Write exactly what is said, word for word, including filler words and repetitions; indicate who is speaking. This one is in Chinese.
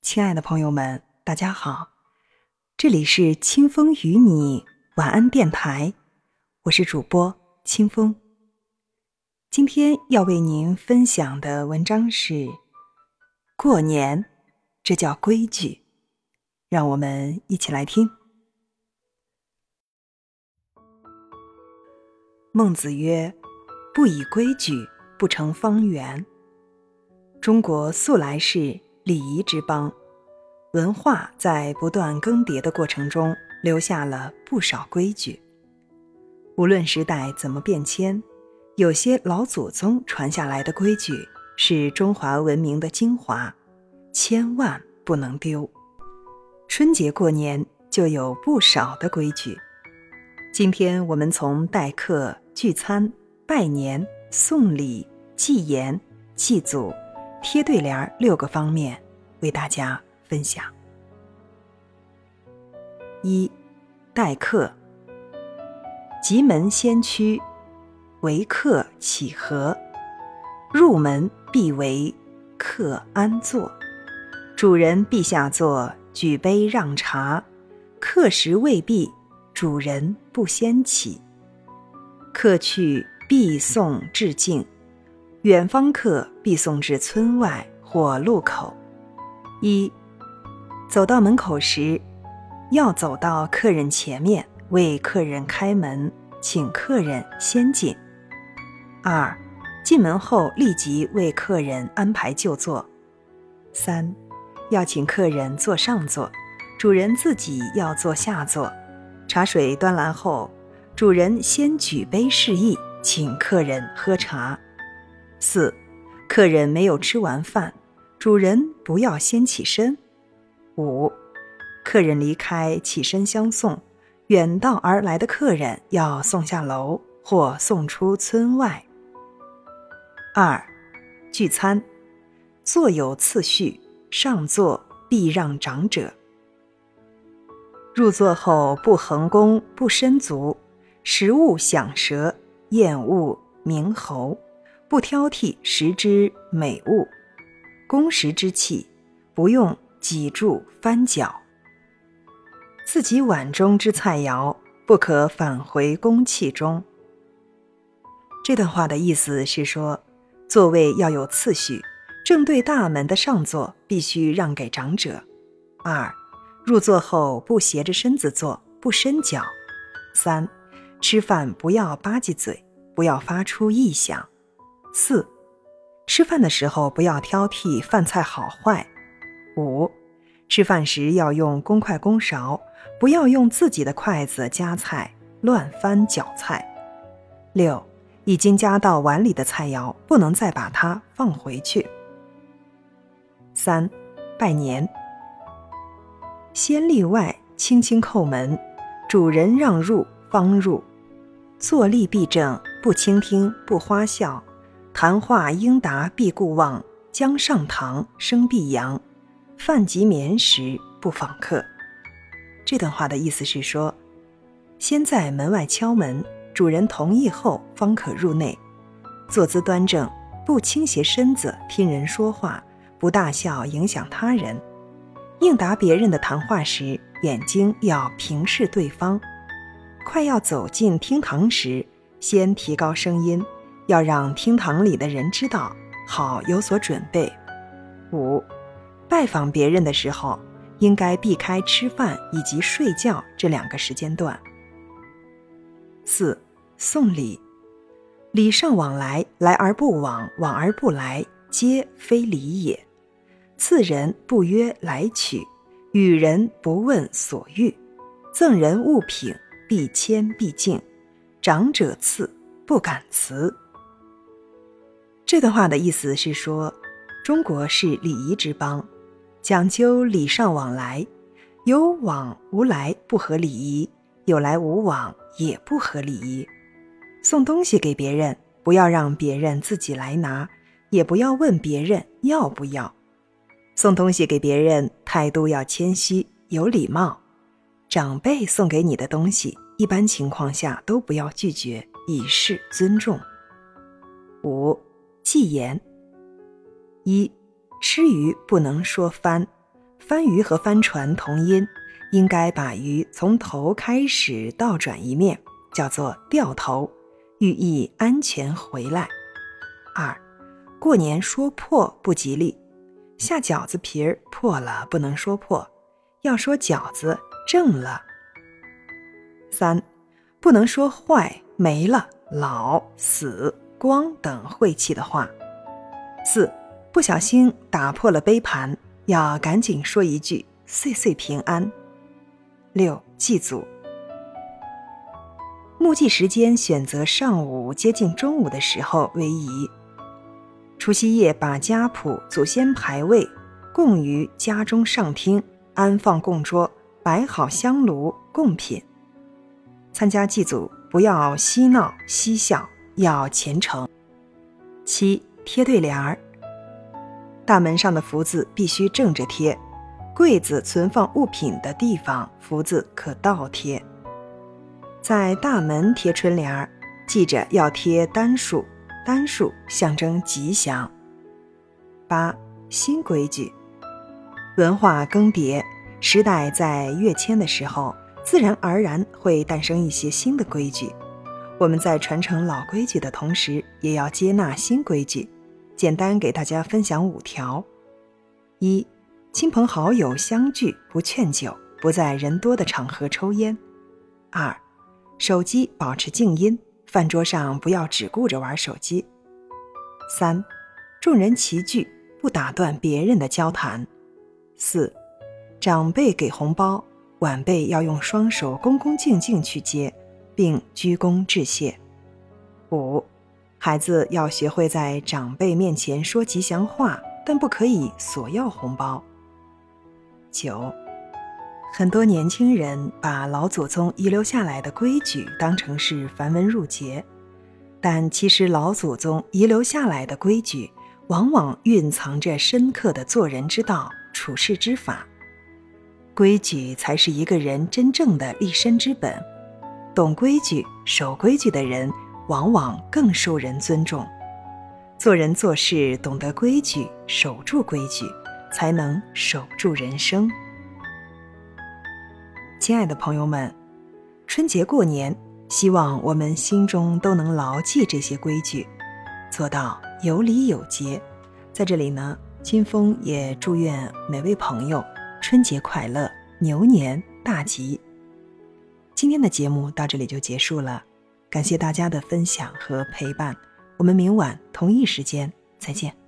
Speaker 1: 亲爱的朋友们，大家好，这里是清风与你晚安电台，我是主播清风。今天要为您分享的文章是过年，这叫规矩，让我们一起来听。孟子曰：不以规矩，不成方圆。中国素来是礼仪之邦，文化在不断更迭的过程中留下了不少规矩。无论时代怎么变迁，有些老祖宗传下来的规矩是中华文明的精华，千万不能丢。春节过年就有不少的规矩。今天我们从待客、聚餐、拜年、送礼、祭言、祭祖、贴对联六个方面为大家分享。一、待客。吉门先驱，为客启和，入门必为客安坐，主人必下坐，举杯让茶，客食未毕，主人不先起。客去必送至境，远方客必送至村外或路口。一、走到门口时，要走到客人前面，为客人开门，请客人先进。二、进门后立即为客人安排就座。三、要请客人坐上座，主人自己要坐下座。茶水端来后，主人先举杯示意，请客人喝茶。四、客人没有吃完饭，主人不要先起身。五、客人离开，起身相送，远道而来的客人要送下楼或送出村外。二、聚餐，坐有次序，上座必让长者。入座后不横弓，不伸足，食物响舌，厌恶鸣喉，不挑剔食之美物，公食之器，不用挤住翻搅。自己碗中之菜肴，不可返回公器中。这段话的意思是说，座位要有次序，正对大门的上座必须让给长者。二、入座后不斜着身子坐，不伸脚。三、吃饭不要吧唧嘴，不要发出异响。四、吃饭的时候不要挑剔饭菜好坏。五、吃饭时要用公筷公勺，不要用自己的筷子夹菜，乱翻搅菜。六、已经夹到碗里的菜肴，不能再把它放回去。三、拜年。先立外，轻轻叩门，主人让入方入，坐立必正，不倾听，不花笑，谈话应答必顾望，将上堂声必扬，饭及眠时不访客。这段话的意思是说，先在门外敲门，主人同意后方可入内，坐姿端正，不倾斜身子听人说话，不大笑影响他人。应答别人的谈话时，眼睛要平视对方。快要走进厅堂时，先提高声音，要让厅堂里的人知道，好有所准备。五、拜访别人的时候，应该避开吃饭以及睡觉这两个时间段。四、送礼。礼尚往来，来而不往，往而不来，皆非礼也。赐人不约来取，与人不问所欲，赠人物品必谦必敬，长者赐不敢辞。这段话的意思是说，中国是礼仪之邦，讲究礼尚往来，有往无来不合礼仪，有来无往也不合礼仪。送东西给别人，不要让别人自己来拿，也不要问别人要不要。送东西给别人，态度要谦虚有礼貌。长辈送给你的东西，一般情况下都不要拒绝，以示尊重。五、祭言。一、吃鱼不能说翻， 帆鱼和帆船同音，应该把鱼从头开始倒转一面，叫做掉头，寓意安全回来。二，过年说破不吉利，下饺子皮儿破了不能说破，要说饺子正了。三，不能说坏、没了、老、死、光等晦气的话。四，不小心打破了杯盘，要赶紧说一句岁岁平安。六，祭祖。墓祭时间选择上午接近中午的时候为宜。除夕夜把家谱、祖先牌位供于家中上厅，安放供桌，摆好香炉贡品。参加祭祖不要嬉闹嬉笑，要虔诚。七，贴对联儿。大门上的福字必须正着贴，柜子存放物品的地方福字可倒贴。在大门贴春联儿，记着要贴单数，单数象征吉祥。八，新规矩。文化更迭，时代在跃迁的时候，自然而然会诞生一些新的规矩。我们在传承老规矩的同时，也要接纳新规矩。简单给大家分享五条。一，亲朋好友相聚不劝酒，不在人多的场合抽烟。二，手机保持静音，饭桌上不要只顾着玩手机。三，众人齐聚，不打断别人的交谈。四，长辈给红包，晚辈要用双手恭恭敬敬去接，并鞠躬致谢。五，孩子要学会在长辈面前说吉祥话，但不可以索要红包。九，很多年轻人把老祖宗遗留下来的规矩当成是繁文缛节，但其实老祖宗遗留下来的规矩往往蕴藏着深刻的做人之道、处世之法。规矩才是一个人真正的立身之本，懂规矩、守规矩的人往往更受人尊重。做人做事懂得规矩，守住规矩，才能守住人生。亲爱的朋友们，春节过年，希望我们心中都能牢记这些规矩，做到有礼有节。在这里呢，清风也祝愿每位朋友春节快乐，牛年大吉。今天的节目到这里就结束了，感谢大家的分享和陪伴，我们明晚同一时间再见。